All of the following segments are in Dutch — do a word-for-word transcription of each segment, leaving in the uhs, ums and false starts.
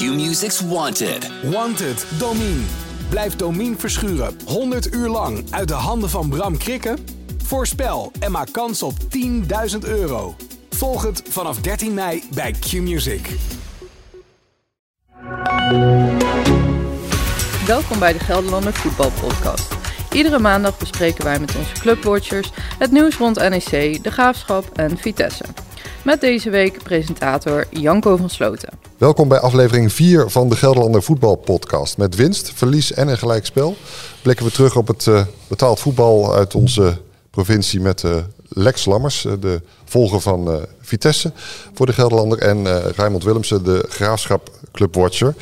Q-Music's Wanted. Wanted, Domine. Blijf Domine verschuren honderd uur lang uit de handen van Bram Krikke? Voorspel en maak kans op tienduizend euro. Volg het vanaf dertien mei bij Q-Music. Welkom bij de Gelderlander Voetbalpodcast. Iedere maandag bespreken wij met onze clubwatchers het nieuws rond N E C, de Graafschap en Vitesse. Met deze week presentator Janko van Sloten. Welkom bij aflevering vier van de Gelderlander Voetbalpodcast. Met winst, verlies en een gelijkspel blikken we terug op het uh, betaald voetbal uit onze provincie met uh, Lex Lammers, uh, de volger van uh, Vitesse voor de Gelderlander, en uh, Raymond Willemsen, de Graafschap Clubwatcher.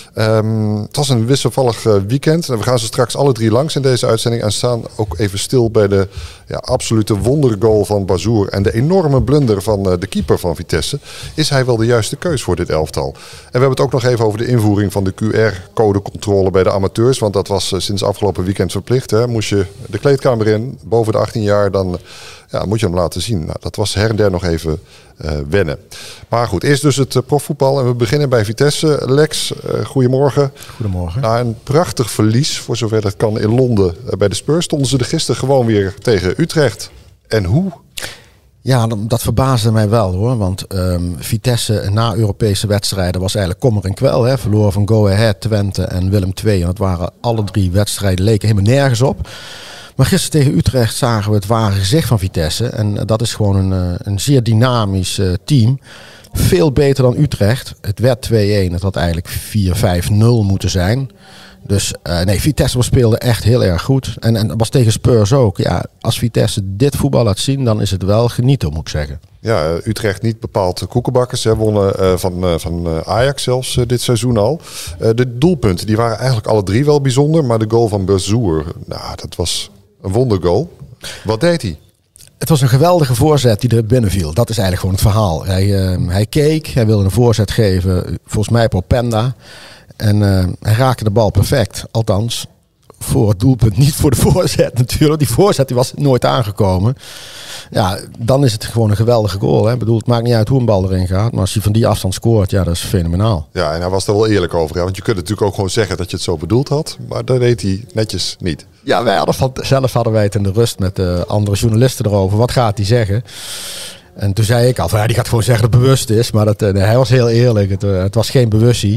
Um, het was een wisselvallig uh, weekend en we gaan ze straks alle drie langs in deze uitzending en staan ook even stil bij de ja, absolute wondergoal van Bazoer en de enorme blunder van uh, de keeper van Vitesse. Is hij wel de juiste keus voor dit elftal? En we hebben het ook nog even over de invoering van de Q R-codecontrole bij de amateurs, want dat was uh, sinds afgelopen weekend verplicht. Hè? Moest je de kleedkamer in, boven de achttien jaar, dan ja, moet je hem laten zien. Nou, dat was her en der nog even uh, wennen. Maar goed, eerst dus het uh, profvoetbal en we beginnen bij Vitesse. Lex, uh, goedemorgen. Goedemorgen. Na een prachtig verlies, voor zover dat kan, in Londen uh, bij de Spurs, stonden ze er gisteren gewoon weer tegen Utrecht. En hoe? Ja, dat verbaasde mij wel hoor. Want um, Vitesse na Europese wedstrijden was eigenlijk kommer en kwel. Hè. Verloren van Go Ahead, Twente en Willem twee. En dat waren alle drie wedstrijden, leken helemaal nergens op. Maar gisteren tegen Utrecht zagen we het ware gezicht van Vitesse. En dat is gewoon een, een zeer dynamisch uh, team. Veel beter dan Utrecht. Het werd twee-een. Het had eigenlijk vier vijf nul moeten zijn. Dus uh, nee, Vitesse speelde echt heel erg goed. En, en dat was tegen Spurs ook. Ja, als Vitesse dit voetbal laat zien, dan is het wel genieten, moet ik zeggen. Ja, Utrecht niet bepaald koekenbakkers. Ze wonnen uh, van, uh, van uh, Ajax zelfs uh, dit seizoen al. Uh, de doelpunten, die waren eigenlijk alle drie wel bijzonder. Maar de goal van Bazoer, nou, dat was een wondergoal. Wat deed hij? Het was een geweldige voorzet die er binnen viel. Dat is eigenlijk gewoon het verhaal. Hij, uh, hij keek, hij wilde een voorzet geven, volgens mij op Openda. En uh, hij raakte de bal perfect. Althans, voor het doelpunt, niet voor de voorzet natuurlijk. Die voorzet die was nooit aangekomen. Ja, dan is het gewoon een geweldige goal. Hè. Ik bedoel, het maakt niet uit hoe een bal erin gaat. Maar als hij van die afstand scoort, ja, dat is fenomenaal. Ja, en hij was er wel eerlijk over. Hè? Want je kunt natuurlijk ook gewoon zeggen dat je het zo bedoeld had. Maar dat deed hij netjes niet. Ja, wij hadden van, zelf hadden wij het in de rust met de andere journalisten erover. Wat gaat hij zeggen? En toen zei ik al, van, ja, die gaat gewoon zeggen dat het bewust is. Maar dat, nee, hij was heel eerlijk. Het, het was geen bewustie.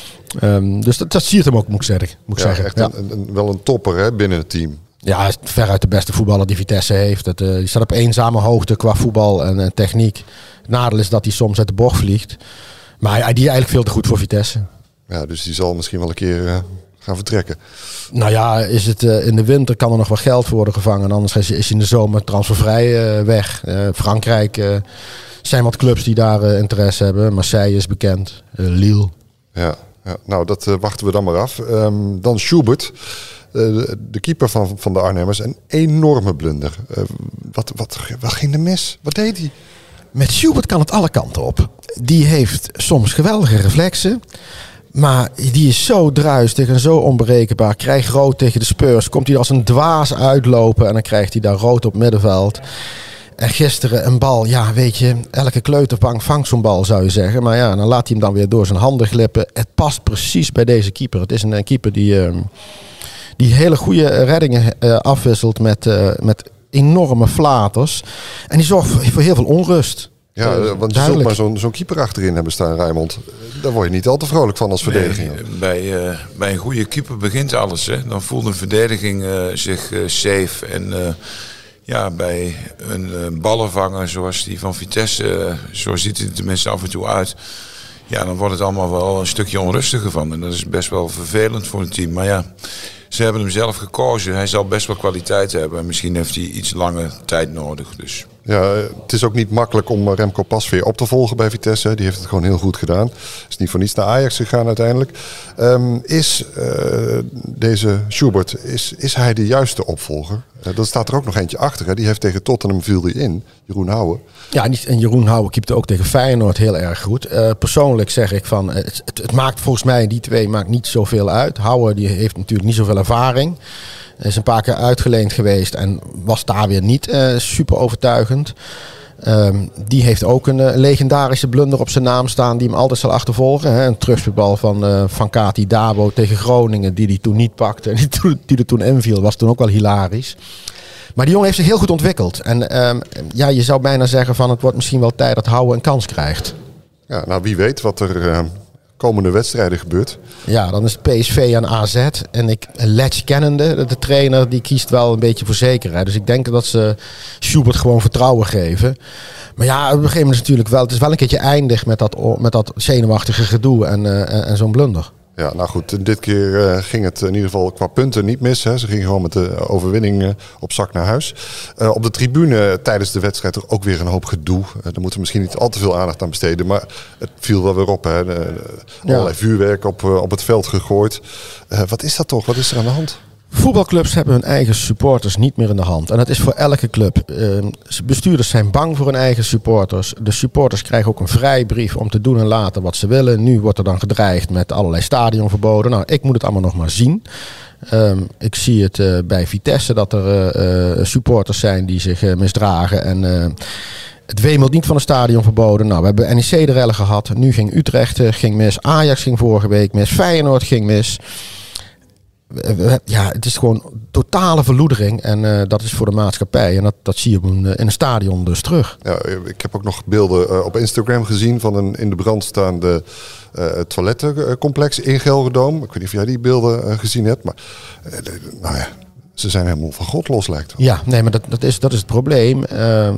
Um, dus dat, dat siert hem ook, moet ik zeggen. Moet ik ja, zeggen. Echt ja. een, een, wel een topper hè, binnen het team. Ja, hij is veruit de beste voetballer die Vitesse heeft. Het, uh, die staat op eenzame hoogte qua voetbal en uh, techniek. Het nadeel is dat hij soms uit de bocht vliegt. Maar hij, die is eigenlijk veel te goed voor Vitesse. Ja, dus die zal misschien wel een keer uh, gaan vertrekken. Nou ja, is het, uh, in de winter kan er nog wat geld worden gevangen. En anders is hij in de zomer transfervrij uh, weg. Uh, Frankrijk uh, zijn wat clubs die daar uh, interesse hebben. Marseille is bekend. Uh, Lille. Ja, ja, nou dat uh, wachten we dan maar af. Um, dan Schubert. Uh, de keeper van, van de Arnhemmers, een enorme blunder. Uh, wat, wat, wat ging er mis? Wat deed hij? Met Schubert kan het alle kanten op. Die heeft soms geweldige reflexen. Maar die is zo druistig en zo onberekenbaar. Krijgt rood tegen de Spurs. Komt hij als een dwaas uitlopen en dan krijgt hij daar rood op middenveld. En gisteren een bal, ja weet je, elke kleuterbank vangt zo'n bal zou je zeggen. Maar ja, dan laat hij hem dan weer door zijn handen glippen. Het past precies bij deze keeper. Het is een, een keeper die... Uh, Die hele goede reddingen uh, afwisselt met, uh, met enorme flaters. En die zorgt voor, voor heel veel onrust. Ja, uh, want je zult maar zo'n, zo'n keeper achterin hebben staan, Raymond. Daar word je niet al te vrolijk van als verdediging. Nee, bij, uh, bij een goede keeper begint alles. Hè. Dan voelt een verdediging uh, zich uh, safe. En uh, ja, bij een uh, ballenvanger zoals die van Vitesse, uh, zo ziet het er tenminste af en toe uit. Ja, dan wordt het allemaal wel een stukje onrustiger van. En dat is best wel vervelend voor een team. Maar ja... Ze hebben hem zelf gekozen. Hij zal best wel kwaliteit hebben. En misschien heeft hij iets lange tijd nodig. Dus. Ja, het is ook niet makkelijk om Remco Pasveer op te volgen bij Vitesse. Die heeft het gewoon heel goed gedaan. Is niet voor niets naar Ajax gegaan uiteindelijk. Um, is uh, deze Schubert, is, is hij de juiste opvolger? Uh, dat staat er ook nog eentje achter. Hè? Die heeft tegen Tottenham viel die in. Jeroen Houwe. Ja, en Jeroen Houwe keepte ook tegen Feyenoord heel erg goed. Uh, persoonlijk zeg ik van, het, het, het maakt volgens mij, die twee maakt niet zoveel uit. Houwe die heeft natuurlijk niet zoveel ervaring. Is een paar keer uitgeleend geweest en was daar weer niet uh, super overtuigend. Um, die heeft ook een uh, legendarische blunder op zijn naam staan die hem altijd zal achtervolgen. Hè? Een terugspeelbal van, uh, van Kati Dabo tegen Groningen die hij toen niet pakte en die, to- die er toen inviel. Was toen ook wel hilarisch. Maar die jongen heeft zich heel goed ontwikkeld. En um, ja, je zou bijna zeggen van het wordt misschien wel tijd dat Houwe een kans krijgt. Ja, nou wie weet wat er uh, komende wedstrijden gebeurt. Ja, dan is het P S V aan A Z. En ik, Letch kennende, de trainer, die kiest wel een beetje voor zekerheid. Dus ik denk dat ze Schubert gewoon vertrouwen geven. Maar ja, op een gegeven moment is het natuurlijk wel, het is wel een keertje eindig met dat, met dat zenuwachtige gedoe en, uh, en, en zo'n blunder. Ja, nou goed, dit keer uh, ging het in ieder geval qua punten niet mis. Hè. Ze gingen gewoon met de overwinning uh, op zak naar huis. Uh, op de tribune tijdens de wedstrijd toch ook weer een hoop gedoe. Uh, daar moeten we misschien niet al te veel aandacht aan besteden. Maar het viel wel weer op. Hè. De, de, ja. Allerlei vuurwerk op, uh, op het veld gegooid. Uh, wat is dat toch? Wat is er aan de hand? Voetbalclubs hebben hun eigen supporters niet meer in de hand. En dat is voor elke club. Uh, bestuurders zijn bang voor hun eigen supporters. De supporters krijgen ook een vrijbrief om te doen en laten wat ze willen. Nu wordt er dan gedreigd met allerlei stadionverboden. Nou, ik moet het allemaal nog maar zien. Um, ik zie het uh, bij Vitesse dat er uh, uh, supporters zijn die zich uh, misdragen. En uh, het wemelt niet van een stadionverboden. Nou, we hebben N E C de rellen gehad. Nu ging Utrecht uh, ging mis. Ajax ging vorige week mis. Feyenoord ging mis. Ja, het is gewoon totale verloedering en uh, dat is voor de maatschappij. En dat, dat zie je op een, in een stadion dus terug. Ja, ik heb ook nog beelden uh, op Instagram gezien van een in de brand staande uh, toilettencomplex in Gelredome. Ik weet niet of jij die beelden uh, gezien hebt, maar uh, nou ja, ze zijn helemaal van God los, lijkt het. Ja, nee, maar dat, dat, is, dat is het probleem. Uh,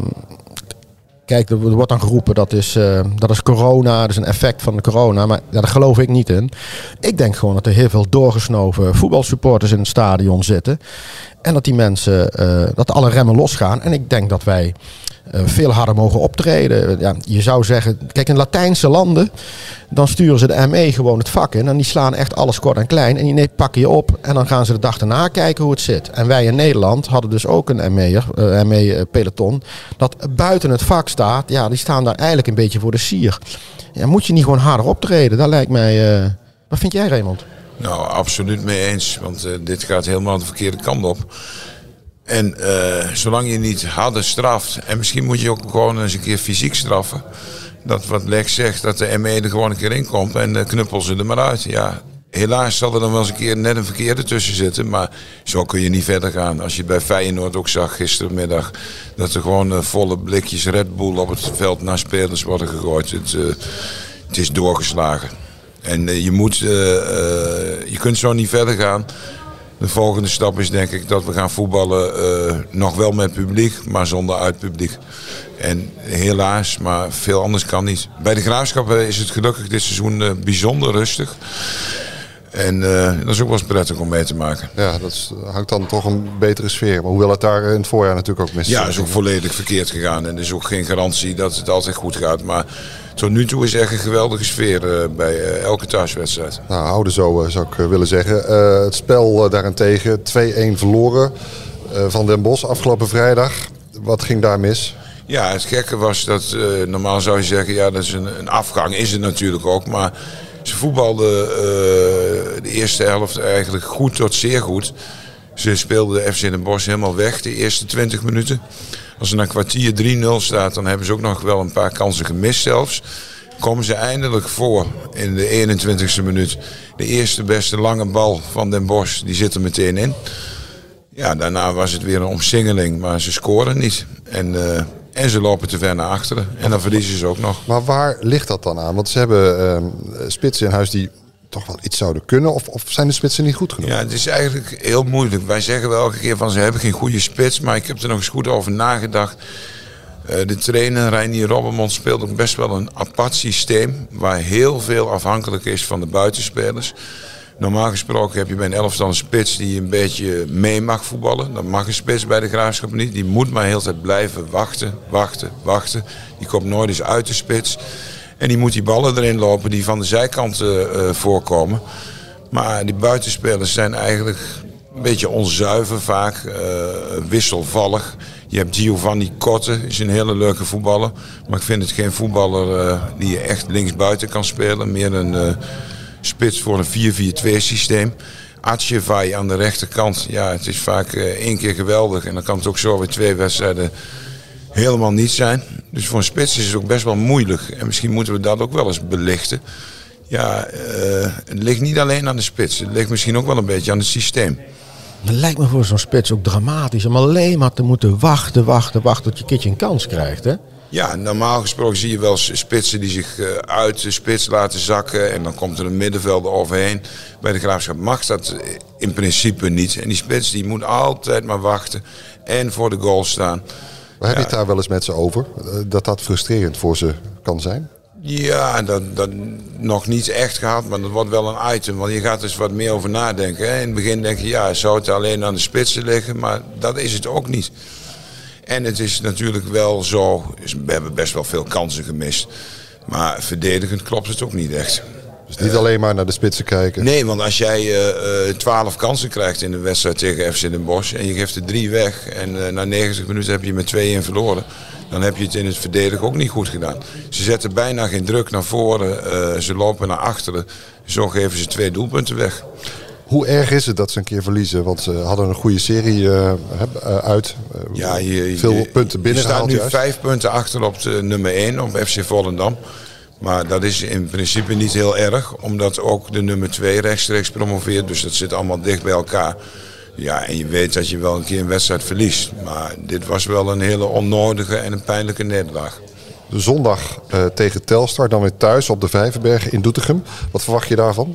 Kijk, er wordt dan geroepen dat is, uh, dat is corona, dat is een effect van de corona. Maar ja, daar geloof ik niet in. Ik denk gewoon dat er heel veel doorgesnoven voetbalsupporters in het stadion zitten. En dat die mensen, uh, dat alle remmen losgaan. En ik denk dat wij uh, veel harder mogen optreden. Ja, je zou zeggen, kijk in Latijnse landen, dan sturen ze de M E gewoon het vak in. En die slaan echt alles kort en klein. En die pakken je op en dan gaan ze de dag daarna kijken hoe het zit. En wij in Nederland hadden dus ook een M E'er, uh, M E-peloton, dat buiten het vak staat. Ja, die staan daar eigenlijk een beetje voor de sier. Ja, moet je niet gewoon harder optreden? Dat lijkt mij... Uh... Wat vind jij, Raymond? Nou, absoluut mee eens. Want uh, dit gaat helemaal de verkeerde kant op. En uh, zolang je niet harder straft... En misschien moet je ook gewoon eens een keer fysiek straffen. Dat wat Lex zegt, dat de M E er gewoon een keer in komt. En uh, knuppel ze er maar uit. Ja, helaas zal er dan wel eens een keer net een verkeerde tussen zitten. Maar zo kun je niet verder gaan. Als je bij Feyenoord ook zag gistermiddag... dat er gewoon uh, volle blikjes Red Bull op het veld naar spelers worden gegooid. Het, uh, het is doorgeslagen. En uh, je moet, uh, uh, je kunt zo niet verder gaan. De volgende stap is denk ik dat we gaan voetballen, uh, nog wel met publiek, maar zonder uitpubliek. En helaas, maar veel anders kan niet. Bij de Graafschap is het gelukkig dit seizoen uh, bijzonder rustig. En uh, dat is ook wel eens prettig om mee te maken. Ja, dat is, hangt dan toch een betere sfeer. Maar hoewel het daar in het voorjaar natuurlijk ook mis is. Ja, het is ook volledig verkeerd gegaan. En er is ook geen garantie dat het altijd goed gaat. Maar tot nu toe is echt een geweldige sfeer uh, bij uh, elke thuiswedstrijd. Nou, houden zo uh, zou ik uh, willen zeggen. Uh, het spel uh, daarentegen twee-een verloren uh, van Den Bosch afgelopen vrijdag. Wat ging daar mis? Ja, het gekke was dat uh, normaal zou je zeggen, ja, dat is een, een afgang, is het natuurlijk ook. Maar ze voetbalden uh, de eerste helft eigenlijk goed tot zeer goed. Ze speelden de F C Den Bosch helemaal weg de eerste twintig minuten. Als er na een kwartier drie nul staat, dan hebben ze ook nog wel een paar kansen gemist zelfs. Komen ze eindelijk voor in de eenentwintigste minuut. De eerste beste lange bal van Den Bosch, die zit er meteen in. Ja, daarna was het weer een omsingeling, maar ze scoren niet. En, uh, en ze lopen te ver naar achteren. En dan verliezen ze ook nog. Maar waar ligt dat dan aan? Want ze hebben uh, spitsen in huis die toch wel iets zouden kunnen. Of, of zijn de spitsen niet goed genoeg? Ja, het is eigenlijk heel moeilijk. Wij zeggen wel elke keer van ze hebben geen goede spits. Maar ik heb er nog eens goed over nagedacht. Uh, de trainer Reinier Robbermond speelt ook best wel een apart systeem. Waar heel veel afhankelijk is van de buitenspelers. Normaal gesproken heb je bij een elftal een spits die een beetje mee mag voetballen. Dat mag een spits bij de Graafschap niet. Die moet maar heel de tijd blijven wachten, wachten, wachten. Die komt nooit eens uit de spits. En die moet die ballen erin lopen die van de zijkant uh, voorkomen. Maar die buitenspelers zijn eigenlijk een beetje onzuiver vaak, uh, wisselvallig. Je hebt Giovanni Kotte, is een hele leuke voetballer. Maar ik vind het geen voetballer uh, die je echt linksbuiten kan spelen. Meer een uh, spits voor een vier vier twee systeem. Atjevai aan de rechterkant, ja, het is vaak uh, één keer geweldig. En dan kan het ook zo weer twee wedstrijden helemaal niet zijn. Dus voor een spits is het ook best wel moeilijk. En misschien moeten we dat ook wel eens belichten. Ja, uh, het ligt niet alleen aan de spits. Het ligt misschien ook wel een beetje aan het systeem. Het lijkt me voor zo'n spits ook dramatisch om alleen maar te moeten wachten, wachten, wachten tot je een keertje een kans krijgt, hè? Ja, normaal gesproken zie je wel spitsen die zich uh, uit de spits laten zakken. En dan komt er een middenvelder overheen. Bij de Graafschap mag dat in principe niet. En die spits die moet altijd maar wachten en voor de goal staan. Maar heb je het daar wel eens met ze over? Dat dat frustrerend voor ze kan zijn? Ja, dat, dat nog niet echt gehad, maar dat wordt wel een item. Want je gaat dus wat meer over nadenken. Hè. In het begin denk je, ja, zou het alleen aan de spitsen liggen? Maar dat is het ook niet. En het is natuurlijk wel zo, we hebben best wel veel kansen gemist. Maar verdedigend klopt het ook niet echt. Dus niet uh, alleen maar naar de spitsen kijken? Nee, want als jij twaalf uh, kansen krijgt in de wedstrijd tegen F C Den Bosch en je geeft er drie weg en uh, na negentig minuten heb je met twee een verloren, dan heb je het in het verdedigen ook niet goed gedaan. Ze zetten bijna geen druk naar voren, uh, ze lopen naar achteren, zo geven ze twee doelpunten weg. Hoe erg is het dat ze een keer verliezen? Want ze hadden een goede serie uh, uit. Uh, ja, je, veel je, punten binnengehaald. Je staat nu juist. vijf punten achter op de nummer één, op F C Volendam. Maar dat is in principe niet heel erg, omdat ook de nummer twee rechtstreeks promoveert. Dus dat zit allemaal dicht bij elkaar. Ja, en je weet dat je wel een keer een wedstrijd verliest. Maar dit was wel een hele onnodige en een pijnlijke nederlaag. De zondag uh, tegen Telstar, dan weer thuis op de Vijverberg in Doetinchem. Wat verwacht je daarvan?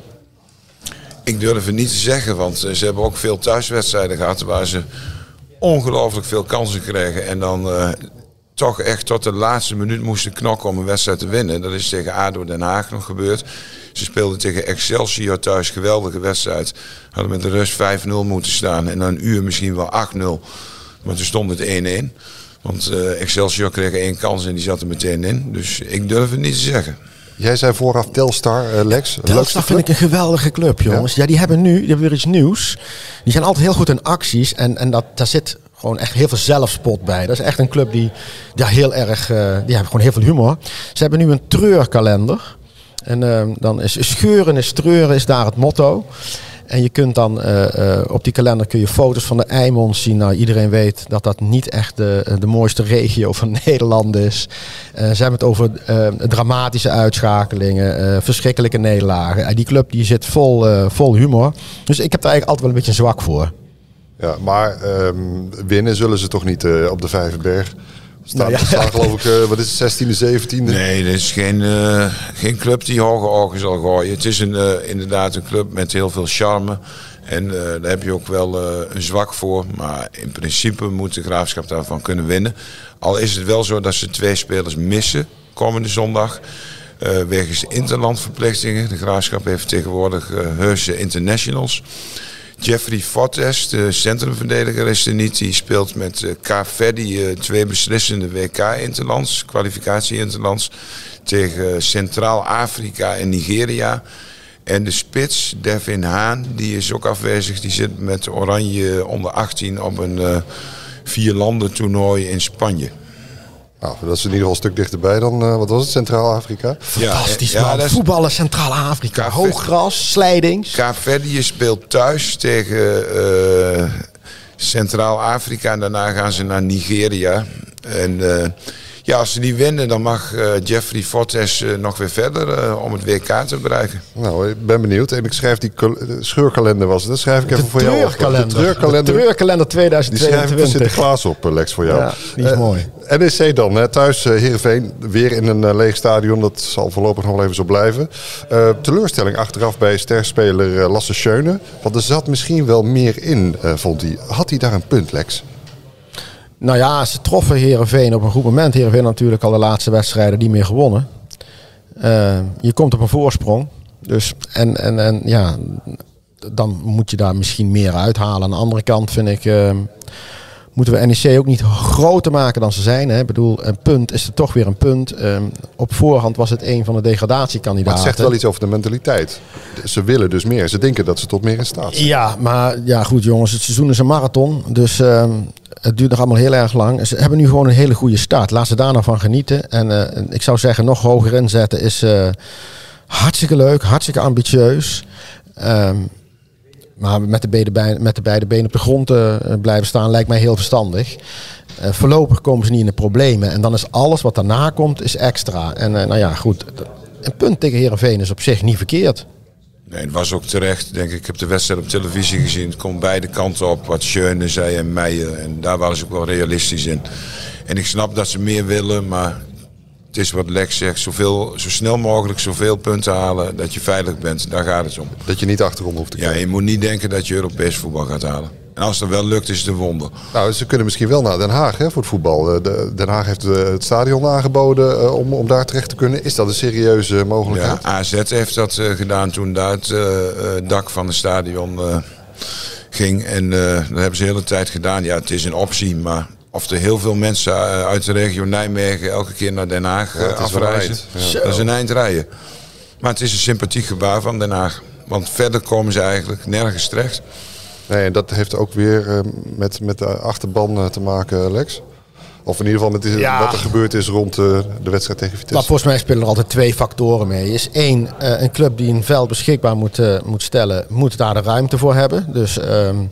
Ik durf het niet te zeggen, want ze hebben ook veel thuiswedstrijden gehad waar ze ongelooflijk veel kansen kregen. En dan uh, toch echt tot de laatste minuut moesten knokken om een wedstrijd te winnen. Dat is tegen A D O Den Haag nog gebeurd. Ze speelden tegen Excelsior thuis, geweldige wedstrijd. Hadden met de rust vijf nul moeten staan en na een uur misschien wel acht nul. Maar toen stond het één een. Want uh, Excelsior kreeg één kans en die zat er meteen in. Dus ik durf het niet te zeggen. Jij zei vooraf Telstar, uh, Lex. Telstar vind ik een geweldige club, jongens. Ja, ja die hebben nu die hebben weer iets nieuws. Die zijn altijd heel goed in acties. En, en dat, daar zit gewoon echt heel veel zelfspot bij. Dat is echt een club die ja, heel erg... Uh, die hebben gewoon heel veel humor. Ze hebben nu een treurkalender. En uh, dan is scheuren is treuren is daar het motto. En je kunt dan uh, uh, op die kalender kun je foto's van de Eimond zien. Nou, iedereen weet dat dat niet echt de, de mooiste regio van Nederland is. Uh, ze hebben het over uh, dramatische uitschakelingen, uh, verschrikkelijke nederlagen. Uh, die club die zit vol, uh, vol humor. Dus ik heb daar eigenlijk altijd wel een beetje zwak voor. Ja, maar um, winnen zullen ze toch niet uh, op de Vijverberg? Staan, nou ja. staan geloof ik, uh, wat is het, zestiende, zeventiende? Nee, dit is geen, uh, geen club die hoge ogen zal gooien. Het is een, uh, inderdaad een club met heel veel charme. En uh, daar heb je ook wel uh, een zwak voor. Maar in principe moet de Graafschap daarvan kunnen winnen. Al is het wel zo dat ze twee spelers missen komende zondag. Uh, wegens interlandverplichtingen. De Graafschap heeft tegenwoordig uh, heuse internationals. Jeffrey Fortes, de centrumverdediger, is er niet. Die speelt met uh, Kaapverdi uh, twee beslissende W K-interlands, kwalificatie-interlands, tegen Centraal-Afrika en Nigeria. En de spits, Devin Haan, die is ook afwezig. Die zit met Oranje onder achttien op een uh, vierlanden toernooi in Spanje. Nou, dat is in ieder geval een stuk dichterbij dan, uh, wat was het, Centraal-Afrika? Fantastisch, ja, man. Ja, is... Voetballen Centraal-Afrika. Hooggras, slijdings. Kaapverdi speelt thuis tegen uh, Centraal-Afrika en daarna gaan ze naar Nigeria. En uh, ja, als ze die winnen, dan mag uh, Jeffrey Fortes uh, nog weer verder uh, om het W K te bereiken. Nou, ik ben benieuwd. En ik schrijf die scheurkalender was het. Dat schrijf ik even de voor jou op. De treurkalender. De treurkalender tweeduizend tweeëntwintig. Die schrijf ik voor Sinterklaas op, Lex, voor jou. Ja, die is uh, mooi. N E C dan, hè, thuis uh, Heerenveen. Weer in een uh, leeg stadion. Dat zal voorlopig nog wel even zo blijven. Uh, teleurstelling achteraf bij sterspeler uh, Lasse Schöne. Want er zat misschien wel meer in, uh, vond hij. Had hij daar een punt, Lex? Nou ja, ze troffen Heerenveen op een goed moment. Heerenveen natuurlijk al de laatste wedstrijden niet meer gewonnen. Uh, je komt op een voorsprong. Dus, en, en, en ja, dan moet je daar misschien meer uithalen. Aan de andere kant vind ik... Uh, moeten we N E C ook niet groter maken dan ze zijn. Hè? Ik bedoel, een punt is er toch weer een punt. Um, op voorhand was het een van de degradatiekandidaten. Maar het zegt wel iets over de mentaliteit. Ze willen dus meer. Ze denken dat ze tot meer in staat zijn. Ja, maar ja, goed jongens. Het seizoen is een marathon. Dus um, het duurt nog allemaal heel erg lang. Ze hebben nu gewoon een hele goede start. Laat ze daar nou van genieten. En uh, ik zou zeggen, nog hoger inzetten is uh, hartstikke leuk. Hartstikke ambitieus. Um, Maar met de, beide, met de beide benen op de grond uh, blijven staan lijkt mij heel verstandig. Uh, voorlopig komen ze niet in de problemen. En dan is alles wat daarna komt, is extra. En uh, nou ja, goed. Een punt tegen Heerenveen is op zich niet verkeerd. Nee, het was ook terecht, denk ik. Ik heb de wedstrijd op televisie gezien. Het komt beide kanten op. Wat Schöne zei en Meijer. En daar waren ze ook wel realistisch in. En ik snap dat ze meer willen, maar het is wat Lex zegt. Zoveel, zo snel mogelijk zoveel punten halen dat je veilig bent. Daar gaat het om. Dat je niet achterom hoeft te kijken. Ja, je moet niet denken dat je Europees voetbal gaat halen. En als dat wel lukt, is het een wonder. Nou, ze kunnen misschien wel naar Den Haag, hè, voor het voetbal. De, Den Haag heeft het stadion aangeboden uh, om, om daar terecht te kunnen. Is dat een serieuze mogelijkheid? Ja, A Z heeft dat uh, gedaan toen daar het uh, uh, dak van het stadion uh, ging. En uh, dat hebben ze de hele tijd gedaan. Ja, het is een optie, maar of er heel veel mensen uh, uit de regio Nijmegen elke keer naar Den Haag uh, ja, afreizen, ja. Dat is een eind rijden. Maar het is een sympathiek gebaar van Den Haag. Want verder komen ze eigenlijk nergens terecht. Nee, en dat heeft ook weer uh, met, met de achterban uh, te maken, Lex. Of in ieder geval met die, ja. wat er gebeurd is rond uh, de wedstrijd tegen Vitesse. Maar volgens mij spelen er altijd twee factoren mee. Is één, uh, een club die een veld beschikbaar moet, uh, moet stellen, moet daar de ruimte voor hebben. Dus um,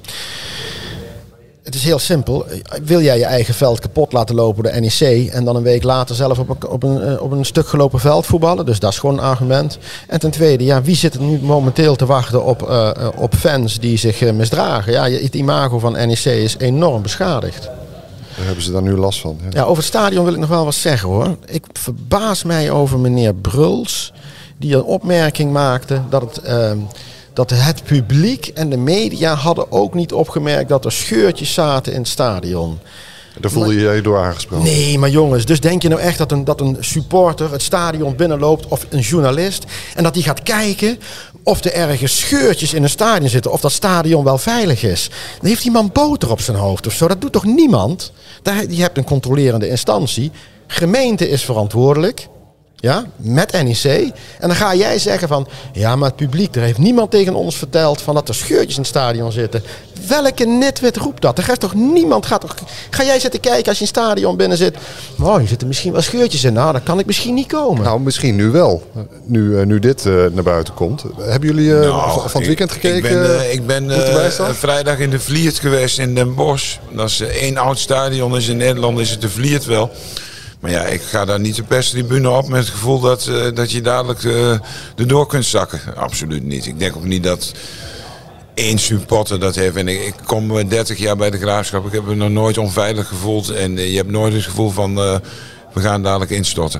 het is heel simpel. Wil jij je eigen veld kapot laten lopen door de N E C en dan een week later zelf op een, op een, op een stuk gelopen veld voetballen? Dus dat is gewoon een argument. En ten tweede, ja, wie zit er nu momenteel te wachten op, uh, op fans die zich uh, misdragen? Ja, het imago van N E C is enorm beschadigd. Daar hebben ze daar nu last van. Ja. Ja, over het stadion wil ik nog wel wat zeggen hoor. Ik verbaas mij over meneer Bruls, die een opmerking maakte dat het... Uh, dat het publiek en de media hadden ook niet opgemerkt dat er scheurtjes zaten in het stadion. Daar voelde je je door aangesproken. Nee, maar jongens, dus denk je nou echt dat een, dat een supporter het stadion binnenloopt of een journalist en dat die gaat kijken of er ergens scheurtjes in een stadion zitten, of dat stadion wel veilig is? Dan heeft die man boter op zijn hoofd of zo. Dat doet toch niemand? Daar, je hebt een controlerende instantie. Gemeente is verantwoordelijk. Ja, met N E C. En dan ga jij zeggen van... Ja, maar het publiek, er heeft niemand tegen ons verteld... van dat er scheurtjes in het stadion zitten. Welke nitwit roept dat? Er gaat toch niemand... Gaat toch, ga jij zitten kijken als je in het stadion binnen zit... Oh, hier zitten misschien wel scheurtjes in. Nou, dan kan ik misschien niet komen. Nou, misschien nu wel. Nu, uh, nu dit uh, naar buiten komt. Hebben jullie uh, nou, van het weekend gekeken? Ik ben, uh, ik ben uh, vrijdag in de Vliert geweest in Den Bosch. Dat is uh, één oud stadion. Is in Nederland is het de Vliert wel... Maar ja, ik ga daar niet de perstribune op met het gevoel dat, uh, dat je dadelijk uh, erdoor kunt zakken. Absoluut niet. Ik denk ook niet dat één supporter dat heeft. En ik, ik kom dertig jaar bij de Graafschap. Ik heb me nog nooit onveilig gevoeld. En uh, je hebt nooit het gevoel van uh, we gaan dadelijk instorten.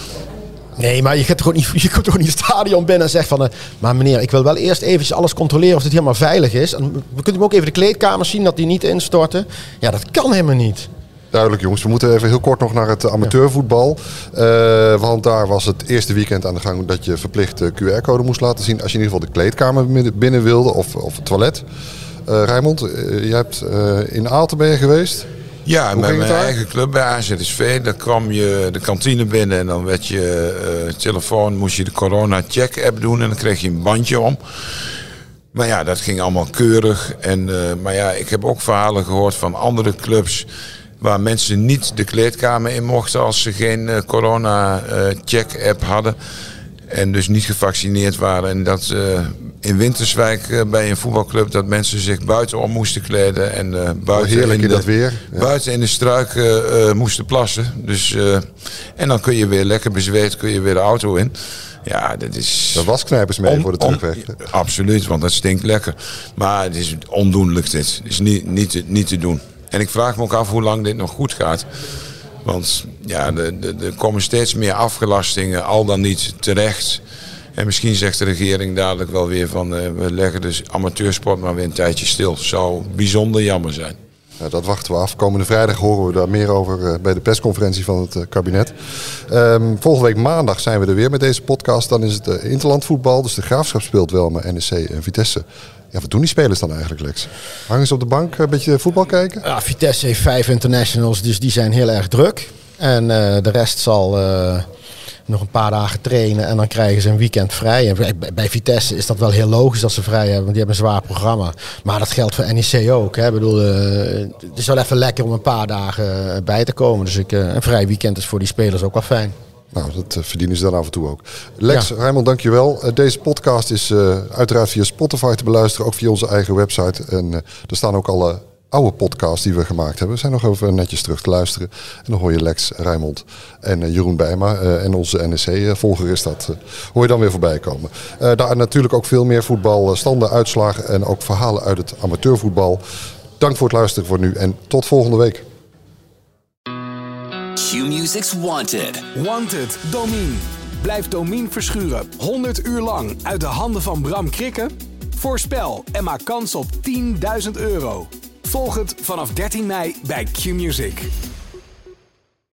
Nee, maar je gaat toch niet, je komt toch niet het stadion binnen en zegt van... Uh, maar meneer, ik wil wel eerst eventjes alles controleren of het helemaal veilig is. En we kunnen ook even de kleedkamers zien dat die niet instorten. Ja, dat kan helemaal niet. Duidelijk jongens, we moeten even heel kort nog naar het amateurvoetbal. Uh, want daar was het eerste weekend aan de gang dat je verplicht de Q R-code moest laten zien. Als je in ieder geval de kleedkamer binnen wilde of, of het toilet. Uh, Rijmond, uh, jij hebt uh, in Aalten ben je geweest? Ja, Hoe met mijn eigen club bij A Z S V. Daar kwam je de kantine binnen en dan werd je uh, telefoon, moest je de corona-check-app doen en dan kreeg je een bandje om. Maar ja, dat ging allemaal keurig. En, uh, maar ja, ik heb ook verhalen gehoord van andere clubs... waar mensen niet de kleedkamer in mochten als ze geen uh, corona-check-app uh, hadden. En dus niet gevaccineerd waren. En dat uh, in Winterswijk uh, bij een voetbalclub dat mensen zich buitenom moesten kleden. En uh, buiten, heerlijk in in de, dat weer. Ja. buiten in de struik uh, uh, moesten plassen. Dus, uh, en dan kun je weer lekker bezweet kun je weer de auto in. Ja, dat is... Er was knijpers mee on, voor de terugweg. On, absoluut, want dat stinkt lekker. Maar het is ondoenlijk dit. Het is niet, niet, te, niet te doen. En ik vraag me ook af hoe lang dit nog goed gaat. Want ja, er komen steeds meer afgelastingen, al dan niet terecht. En misschien zegt de regering dadelijk wel weer van... Uh, we leggen dus amateursport maar weer een tijdje stil. Zou bijzonder jammer zijn. Ja, dat wachten we af. Komende vrijdag horen we daar meer over uh, bij de persconferentie van het uh, kabinet. Um, volgende week maandag zijn we er weer met deze podcast. Dan is het uh, interlandvoetbal. Dus de Graafschap speelt wel met N E C en Vitesse. Ja, wat doen die spelers dan eigenlijk, Lex? Hangen ze op de bank een beetje voetbal kijken? Ja, Vitesse heeft vijf internationals, dus die zijn heel erg druk. En uh, de rest zal uh, nog een paar dagen trainen en dan krijgen ze een weekend vrij. En bij, bij Vitesse is dat wel heel logisch dat ze vrij hebben, want die hebben een zwaar programma. Maar dat geldt voor N E C ook. Hè. Ik bedoel, uh, het is wel even lekker om een paar dagen bij te komen. Dus ik, uh, een vrij weekend is voor die spelers ook wel fijn. Nou, dat uh, verdienen ze dan af en toe ook. Lex, ja. Rijmond, dankjewel. Uh, deze podcast is uh, uiteraard via Spotify te beluisteren. Ook via onze eigen website. En uh, er staan ook alle oude podcasts die we gemaakt hebben zijn nog even netjes terug te luisteren. En dan hoor je Lex, Rijmond en uh, Jeroen Bijma uh, en onze N E C-volger is dat. Uh, hoor je dan weer voorbij komen. Uh, daar natuurlijk ook veel meer voetbal, standen, uitslagen en ook verhalen uit het amateurvoetbal. Dank voor het luisteren voor nu en tot volgende week. Q-Music's Wanted. Wanted, Domien. Blijf Domien verschuren honderd uur lang uit de handen van Bram Krikke? Voorspel en maak kans op tienduizend euro. Volg het vanaf dertien mei bij Q-Music.